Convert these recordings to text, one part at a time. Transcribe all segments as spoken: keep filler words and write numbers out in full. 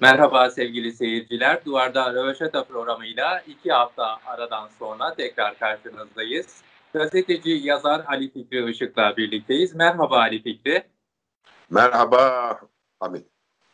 Merhaba sevgili seyirciler. Duvarda Röveşata programıyla iki hafta aradan sonra tekrar karşınızdayız. Gazeteci, yazar Ali Fikri Işık'la birlikteyiz. Merhaba Ali Fikri. Merhaba Hamit.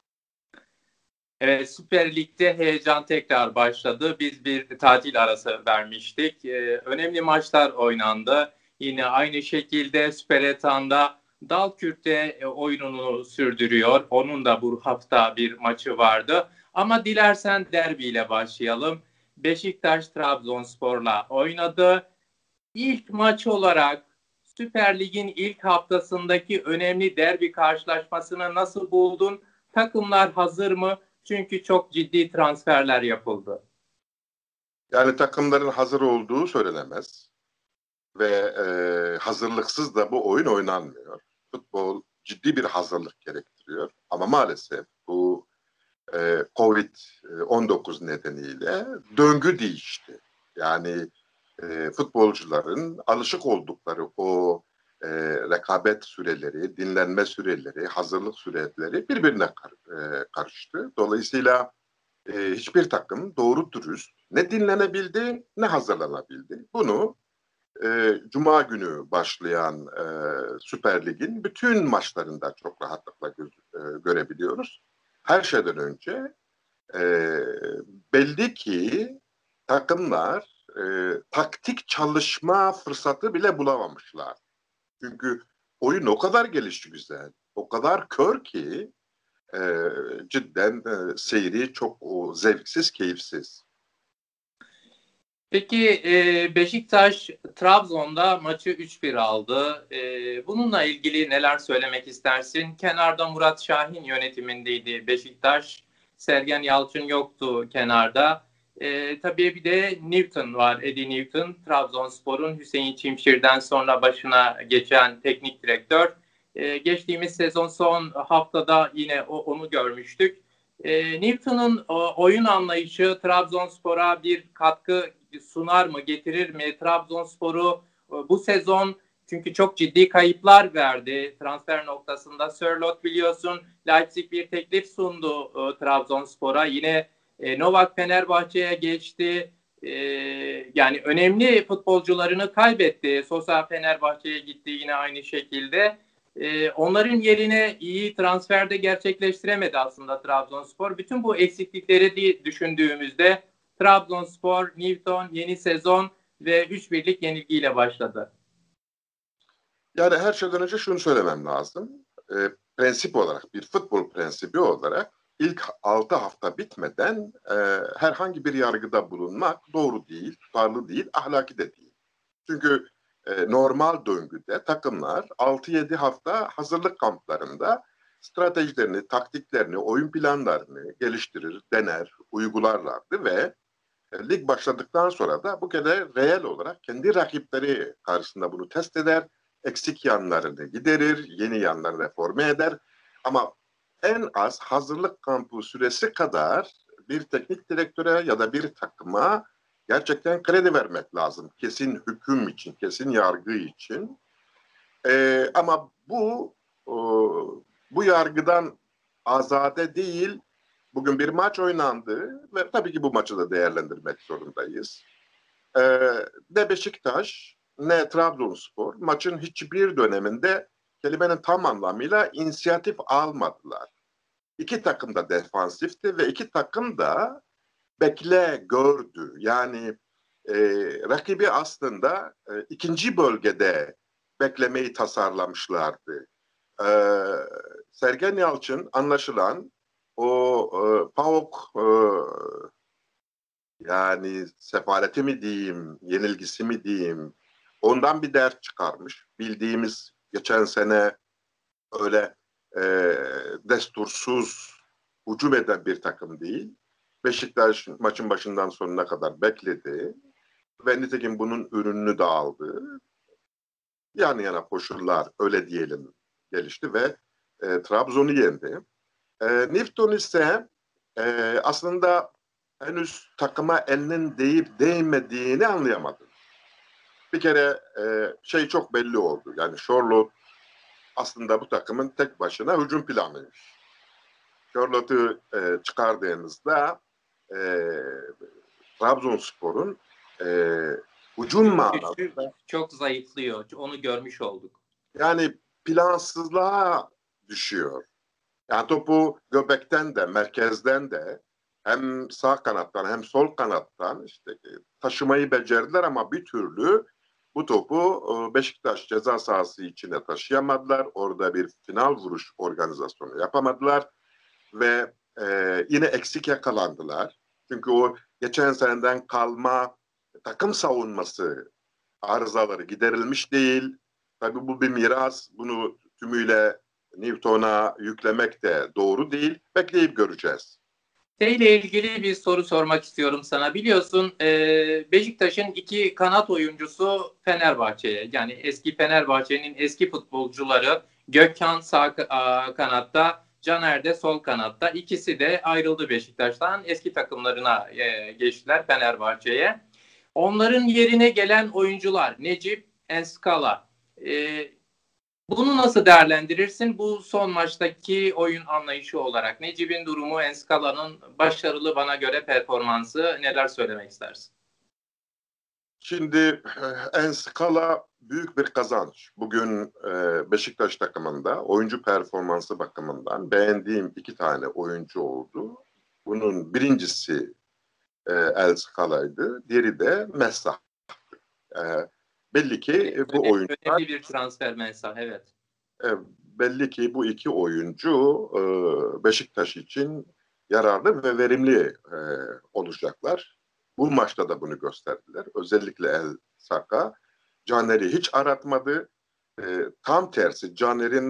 Evet, Süper Lig'de heyecan tekrar başladı. Biz bir tatil arası vermiştik. Ee, önemli maçlar oynandı. Yine aynı şekilde Süper Ethan'da Dalkürt'te e, oyununu sürdürüyor. Onun da bu hafta bir maçı vardı. Ama dilersen derbiyle başlayalım. Beşiktaş Trabzonspor'la oynadı. İlk maç olarak Süper Lig'in ilk haftasındaki önemli derbi karşılaşmasını nasıl buldun? Takımlar hazır mı? Çünkü çok ciddi transferler yapıldı. Yani takımların hazır olduğu söylenemez ve e, hazırlıksız da bu oyun oynanmıyor. Futbol ciddi bir hazırlık gerektiriyor ama maalesef bu e, kovid on dokuz nedeniyle döngü değişti. Yani e, futbolcuların alışık oldukları o e, rekabet süreleri, dinlenme süreleri, hazırlık süreleri birbirine kar, e, karıştı. Dolayısıyla e, hiçbir takım doğru dürüst ne dinlenebildi ne hazırlanabildi. Bunu e, Cuma günü başlayan e, Süper Lig'in bütün maçlarında çok rahatlıkla göz, e, görebiliyoruz. Her şeyden önce e, belli ki takımlar e, taktik çalışma fırsatı bile bulamamışlar. Çünkü oyun o kadar gelişti güzel, o kadar kör ki e, cidden e, seyri çok o, zevksiz, keyifsiz. Peki e, Beşiktaş Trabzon'da maçı üç bir aldı. E, bununla ilgili neler söylemek istersin? Kenarda Murat Şahin yönetimindeydi Beşiktaş. Sergen Yalçın yoktu kenarda. E, tabii bir de Newton var, Eddie Newton. Trabzonspor'un Hüseyin Çimşir'den sonra başına geçen teknik direktör. E, geçtiğimiz sezon son haftada yine o, onu görmüştük. E, Newton'un o, oyun anlayışı Trabzonspor'a bir katkı sunar mı, getirir mi? Trabzonspor'u e, bu sezon çünkü çok ciddi kayıplar verdi transfer noktasında. Sörloth biliyorsun Leipzig bir teklif sundu e, Trabzonspor'a. Yine e, Novak Fenerbahçe'ye geçti. E, yani önemli futbolcularını kaybetti. Sosa Fenerbahçe'ye gitti yine aynı şekilde. Ee, onların yerine iyi transfer de gerçekleştiremedi aslında Trabzonspor. Bütün bu eksiklikleri düşündüğümüzde Trabzonspor, Newton yeni sezon ve üç birlik yenilgiyle başladı. Yani her şeyden önce şunu söylemem lazım. E, prensip olarak, bir futbol prensibi olarak ilk altı hafta bitmeden e, herhangi bir yargıda bulunmak doğru değil, tutarlı değil, ahlaki de değil. Çünkü e, normal döngüde takımlar altı yedi hafta hazırlık kamplarında stratejilerini, taktiklerini, oyun planlarını geliştirir, dener, uygularlardı ve e, lig başladıktan sonra da bu kere reel olarak kendi rakipleri karşısında bunu test eder, eksik yanlarını giderir, yeni yanlarını reforme eder. Ama en az hazırlık kampı süresi kadar bir teknik direktöre ya da bir takıma gerçekten kredi vermek lazım. Kesin hüküm için, kesin yargı için. Ee, ama bu o, bu yargıdan azade değil. Bugün bir maç oynandı ve tabii ki bu maçı da değerlendirmek zorundayız. Ee, ne Beşiktaş ne Trabzonspor maçın hiçbir döneminde kelimenin tam anlamıyla inisiyatif almadılar. İki takım da defansifti ve iki takım da bekle gördü. Yani e, rakibi aslında e, ikinci bölgede beklemeyi tasarlamışlardı. E, Sergen Yalçın anlaşılan o e, PAOK e, yani sefaleti mi diyeyim, yenilgisi mi diyeyim, ondan bir ders çıkarmış. Bildiğimiz geçen sene öyle e, destursuz, hücum eden bir takım değil. Beşiktaş maçın başından sonuna kadar bekledi ve nitekim bunun ürününü de aldı. Yan yana koşullar öyle diyelim gelişti ve e, Trabzon'u yendi. E, Newton ise e, aslında henüz takıma elinin değip değmediğini anlayamadı. Bir kere e, şey çok belli oldu. Yani Sörloth aslında bu takımın tek başına hücum planıymış. Charlotte'u e, çıkardığınızda e, Trabzonspor'un e, hücum manasında çok zayıflıyor. Onu görmüş olduk. Yani plansızlığa düşüyor. Yani topu göbekten de merkezden de hem sağ kanattan hem sol kanattan işte taşımayı becerdiler ama bir türlü bu topu Beşiktaş ceza sahası içine taşıyamadılar. Orada bir final vuruş organizasyonu yapamadılar ve e, yine eksik yakalandılar. Çünkü o geçen seneden kalma takım savunması arızaları giderilmiş değil. Tabii bu bir miras. Bunu tümüyle Newton'a yüklemek de doğru değil. Bekleyip göreceğiz. Şeyle ilgili bir soru sormak istiyorum sana. Biliyorsun Beşiktaş'ın iki kanat oyuncusu Fenerbahçe'ye. Yani eski Fenerbahçe'nin eski futbolcuları Gökhan sağ kanatta, Caner de sol kanatta. İkisi de ayrıldı Beşiktaş'tan. Eski takımlarına geçtiler Fenerbahçe'ye. Onların yerine gelen oyuncular Necip, Enskala. Bunu nasıl değerlendirirsin? Bu son maçtaki oyun anlayışı olarak Necip'in durumu, Enskala'nın başarılı bana göre performansı, neler söylemek istersin? Şimdi Enskala büyük bir kazanç. Bugün Beşiktaş takımında oyuncu performansı bakımından beğendiğim iki tane oyuncu oldu. Bunun birincisi Enskala'ydı, diğeri de Mensah. Belli ki bu oyuncular önemli bir transfer Mensah, evet. Belli ki bu iki oyuncu Beşiktaş için yararlı ve verimli olacaklar. Bu maçta da bunu gösterdiler. Özellikle El Saka Caner'i hiç aratmadı. Tam tersi Caner'in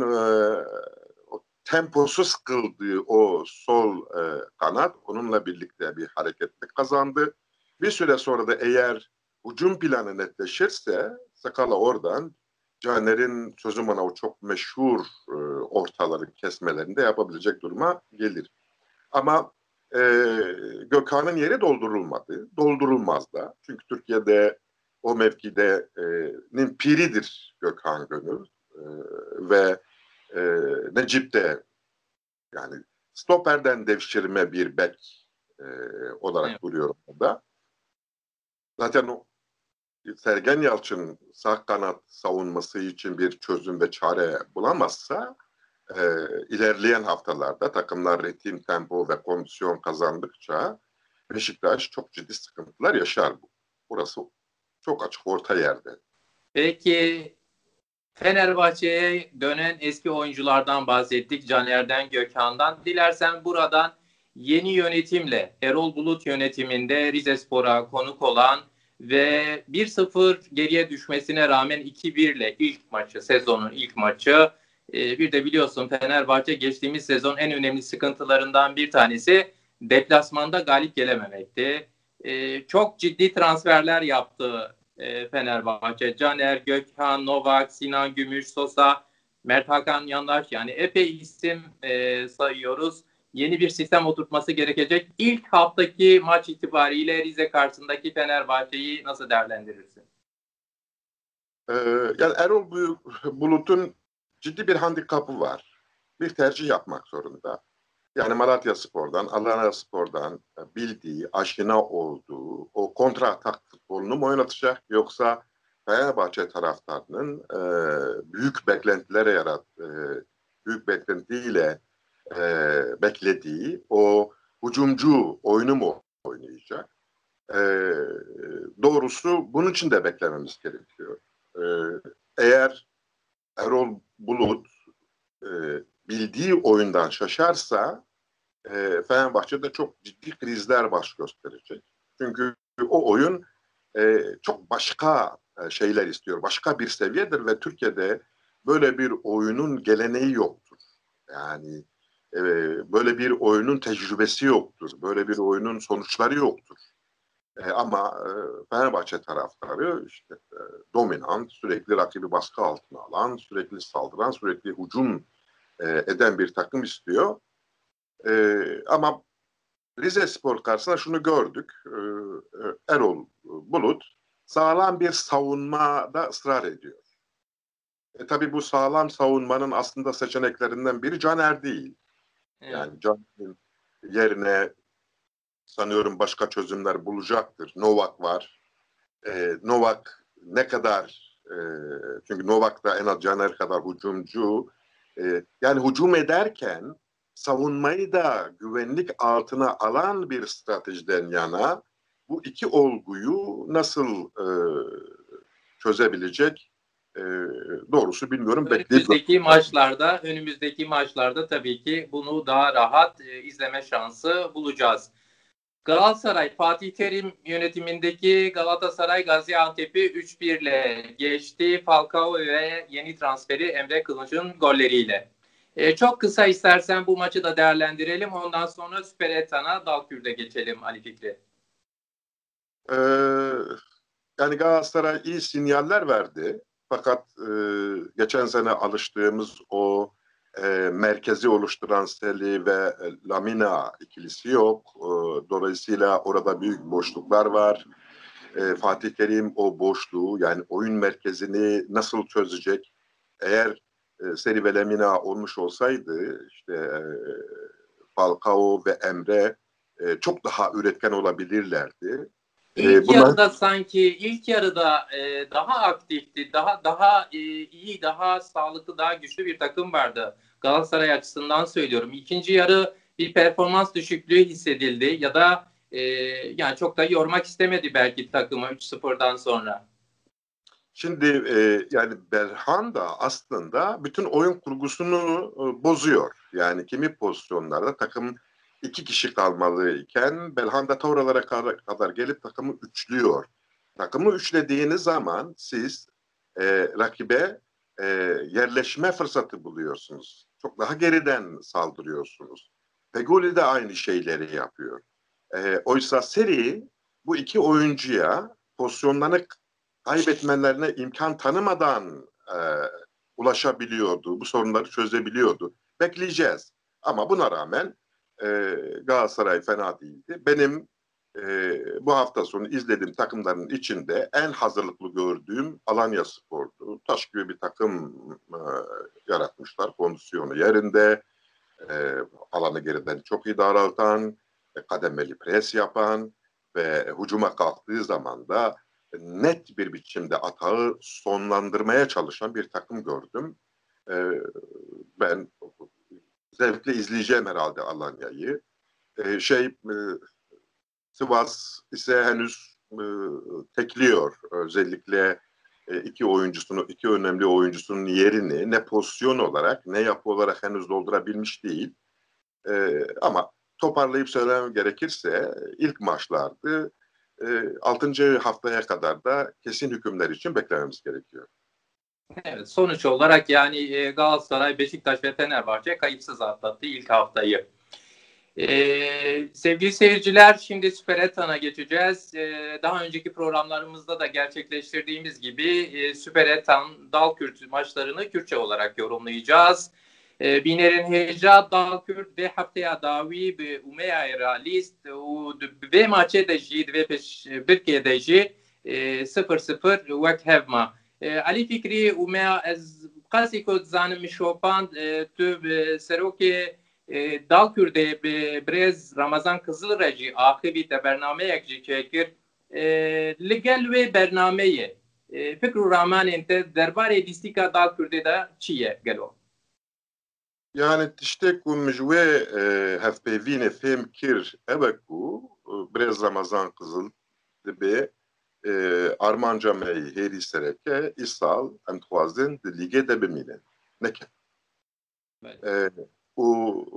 temposuz kıldığı o sol kanat onunla birlikte bir hareketlik kazandı. Bir süre sonra da eğer hücum planı netleşirse Sakala oradan Caner'in sözüm ona o çok meşhur e, ortaları kesmelerinde yapabilecek duruma gelir. Ama e, Gökhan'ın yeri doldurulmadı. Doldurulmaz da. Çünkü Türkiye'de o mevkide'nin piridir Gökhan Gönül. E, ve e, Necip de yani stoperden devşirme bir bek e, olarak evet. duruyor orada. Zaten o Sergen Yalçın sağ kanat savunması için bir çözüm ve çare bulamazsa e, ilerleyen haftalarda takımlar ritim, tempo ve kondisyon kazandıkça Beşiktaş çok ciddi sıkıntılar yaşar. Burası çok açık orta yerde. Peki Fenerbahçe'ye dönen eski oyunculardan bahsettik. Caner'den, Gökhan'dan. Dilersen buradan yeni yönetimle Erol Bulut yönetiminde Rizespor'a konuk olan ve bir sıfır geriye düşmesine rağmen iki bir ile ilk maçı, sezonun ilk maçı. Bir de biliyorsun Fenerbahçe geçtiğimiz sezon en önemli sıkıntılarından bir tanesi deplasmanda galip gelememekti. Çok ciddi transferler yaptı Fenerbahçe. Caner, Gökhan, Novak, Sinan Gümüş, Sosa, Mert Hakan Yandaş, yani epey isim e, sayıyoruz. Yeni bir sistem oturtması gerekecek. İlk haftaki maç itibariyle Rize karşısındaki Fenerbahçe'yi nasıl değerlendirirsin? Ee, yani Erol Bulut'un ciddi bir handikapı var. Bir tercih yapmak zorunda. Yani Malatya Spor'dan, Adana Spor'dan bildiği, aşina olduğu o kontra atak futbolunu mu oynatacak yoksa Fenerbahçe taraftarının e, büyük beklentilere yarat, e, büyük beklentiyle e, beklediği o hücumcu oyunu mu oynayacak? E, doğrusu bunun için de beklememiz gerekiyor. E, eğer Erol Bulut e, bildiği oyundan şaşarsa e, Fenerbahçe'de çok ciddi krizler baş gösterecek. Çünkü o oyun e, çok başka e, şeyler istiyor. Başka bir seviyedir ve Türkiye'de böyle bir oyunun geleneği yoktur. Yani e, böyle bir oyunun tecrübesi yoktur. Böyle bir oyunun sonuçları yoktur. E, ama e, Fenerbahçe taraftarı işte e, dominant, sürekli rakibi baskı altına alan, sürekli saldıran, sürekli hücum e, eden bir takım istiyor. Ee, ama Rizespor karşısında şunu gördük. Ee, Erol Bulut sağlam bir savunmada ısrar ediyor. E, tabii bu sağlam savunmanın aslında seçeneklerinden biri Caner değil. Evet. Yani Can'ın yerine sanıyorum başka çözümler bulacaktır. Novak var. Ee, Novak ne kadar e, çünkü Novak da en az Caner kadar hücumcu. Ee, yani hücum ederken savunmayı da güvenlik altına alan bir stratejiden yana bu iki olguyu nasıl e, çözebilecek e, doğrusu bilmiyorum. Bekleyip Önümüzdeki maçlarda, önümüzdeki maçlarda tabii ki bunu daha rahat e, izleme şansı bulacağız. Galatasaray, Fatih Terim yönetimindeki Galatasaray Gaziantep'i üç bir ile geçti. Falcao ve yeni transferi Emre Kılıç'ın golleriyle. E, çok kısa istersen bu maçı da değerlendirelim. Ondan sonra Süper Ethan'a Dalkürt'e geçelim Ali Fikri. Ee, yani Galatasaray iyi sinyaller verdi. Fakat e, geçen sene alıştığımız o e, merkezi oluşturan Seli ve Lamina ikilisi yok. E, dolayısıyla orada büyük boşluklar var. E, Fatih Terim o boşluğu yani oyun merkezini nasıl çözecek? Eğer e, Seli ve Lamina olmuş olsaydı işte e, Falcao ve Emre e, çok daha üretken olabilirlerdi. E, İlk bunlar yarıda sanki ilk yarıda e, daha aktifti, daha daha e, iyi, daha sağlıklı, daha güçlü bir takım vardı. Galatasaray açısından söylüyorum. İkinci yarı bir performans düşüklüğü hissedildi ya da e, yani çok da yormak istemedi belki takımı üç sıfırdan sonra. Şimdi e, yani Belhanda aslında bütün oyun kurgusunu e, bozuyor. Yani kimi pozisyonlarda takım iki kişi kalmalıyken Belhanda ta oralara kadar, kadar gelip takımı üçlüyor. Takımı üçlediğiniz zaman siz e, rakibe e, yerleşme fırsatı buluyorsunuz. Çok daha geriden saldırıyorsunuz. Feguli de aynı şeyleri yapıyor. E, oysa seri bu iki oyuncuya pozisyonlarını kaybetmelerine imkan tanımadan e, ulaşabiliyordu. Bu sorunları çözebiliyordu. Bekleyeceğiz. Ama buna rağmen e, Galatasaray fena değildi. Benim e, bu hafta sonu izlediğim takımların içinde en hazırlıklı gördüğüm Alanyaspor'du. Taş gibi bir takım e, yaratmışlar. Kondisyonu yerinde, e, alanı geriden çok iyi daraltan, e, kademeli pres yapan ve hücuma kalktığı zaman da net bir biçimde atağı sonlandırmaya çalışan bir takım gördüm. E, ben zevkle izleyeceğim herhalde Alanya'yı. E, şey e, Sivas ise henüz e, tekliyor. Özellikle e, iki oyuncusunu, iki önemli oyuncusunun yerini ne pozisyon olarak ne yapı olarak henüz doldurabilmiş değil. E, ama toparlayıp söylemem gerekirse ilk maçlardı. E, altıncı haftaya kadar da kesin hükümler için beklememiz gerekiyor. Evet, sonuç olarak yani e, Galatasaray, Beşiktaş ve Fenerbahçe kayıpsız atlattı ilk haftayı. Ee, sevgili seyirciler, şimdi Süper Ethan'a geçeceğiz. Ee, daha önceki programlarımızda da gerçekleştirdiğimiz gibi e, Süper Ethan Dalkürt maçlarını Kürtçe olarak yorumlayacağız. Ee, Biner'in Heca Dalkürt ve haftaya davi bi Umeya realist u ve maçı da jid ve peş birke de jid sıfır sıfır vek hevma. Ali Fikri Umeya ez qasi kod zanim şopan tu seroki Dalkürt'e Brez Ramazan Kızılrecî akıbî te bernameyek jî çêkir li gel wê bernameyê fikr û ramanên te derbarê lîstika Dalkürtê de çi ye gelo? Yani tiştek ku min ji wê hevpêvînê fêm kir ew e ku Brez Ramazan Kızıl dibe e, armanca me hêrî sereke îsal em dixwazin di lîgê de bimînin. Neke. E, û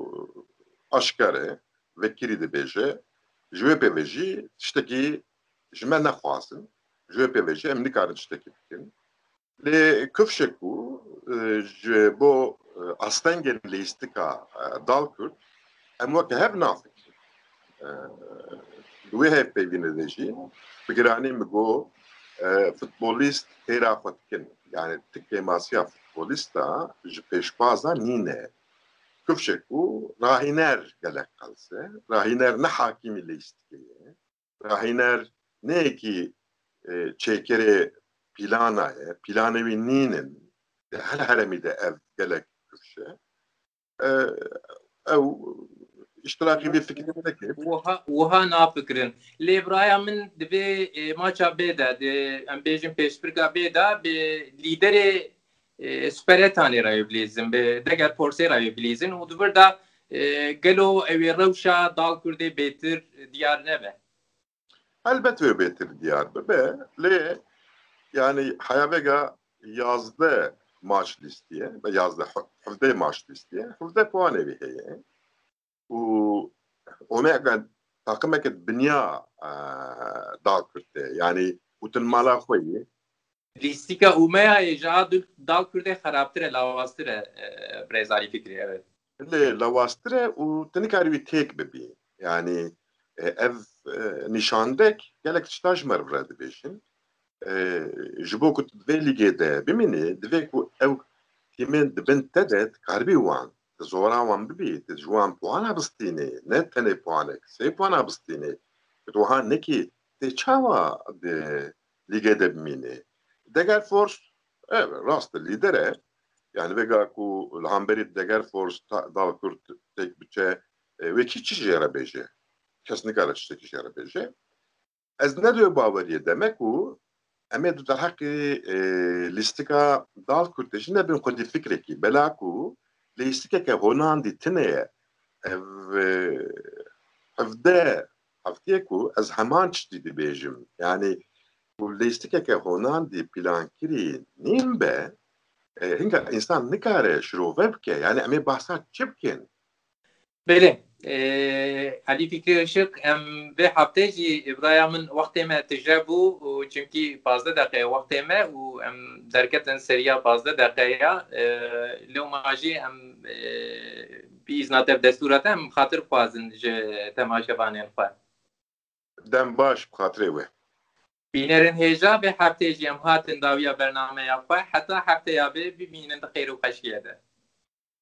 aşkar e vekirî dibêje ji wê pêvê jî tiştekî ji me nexwazin. Ji wê pêvê jî em nikarin tiştekî bikin. Lê kifşek ku ji bo astengên lîstika Dalkurt em weke hev nafikin. Di wê hevpêvînê de jî bi giranî min got futbolîst têra xwe dikin. Yani tikê masiya futbolîsta ji pêşbaza nîne. Kifşek ku rahîner gelek qelse, rahîner ne hakîmî lîstikeye, rahîner neyekî çêkerê plana ye, planê wî nînin, her heremî de ev gelek kifşe. ew iştirakî vê fikrê neke. Wiha wiha nafikirin. Lê biraya min divê maça bê de em bêjin pêşbirka bê de bi lîderê Süperetanê rayê bilîzin, bi deger Porsê rayê bilîzin û divir da gelo ew ê rewşa dal Kurdê bêtir diyar nebe. Elbet ve betir diyar be. Le yani hayavega yazdı maç listeye ve yazdı hafde maç listeye. Hafde puan evi heye. U omega takım eket dünya dal Kürt'te. Yani utin mala koyu. Lîstika Umeya ja dal Kurdê xerabtir e lawastir e brezalî fikri evet. Le lavastre u tenikari tek bebi. Yani ev nişandek gelek staj mervre dibêjin. Ji bo ku divê lîgê de bimînî divê ku ew tîmên dibin te de karibî wan di zora wan bibî tu ji wan puana bistînê ne tenê puanek sê puana bistînê tu wiha nekî tê çawa di lîgê de bimînî Deger Force evet rast lider e yani vega ku li hemberî Deger Force dal Kurd tek biçe wê kî çi jê re bêje kes nikare tiştekî jê re bêje ez nedê baweriye demek û em ê di derheqê lîstika dal Kurdê jî nebin xwedî fikrekî bela ku lîstikeke honandî tune ye ev hevde hefteyê ku ez heman tiştî dibêjim yani ku lîstikeke honandî plânkirî nîm be hinga însan nikare şirove bike yani em ê behsa çi bikin Belê Elî Fikri Işık em vê heftê jî biraya min wextê me tije bû û çimkî panzdeh deqê wextê me û em derketin seriya panzdeh deqeya lewma jî em bi îzna te destûra te em xatir xwazin ji temaşevanên xwe. Dem baş bi xatirê we. Bînerên hêja vê heftê jî em hatin dawiya bernameya xwe heta hefteya bê bimînin di xêr û xeşiyê de.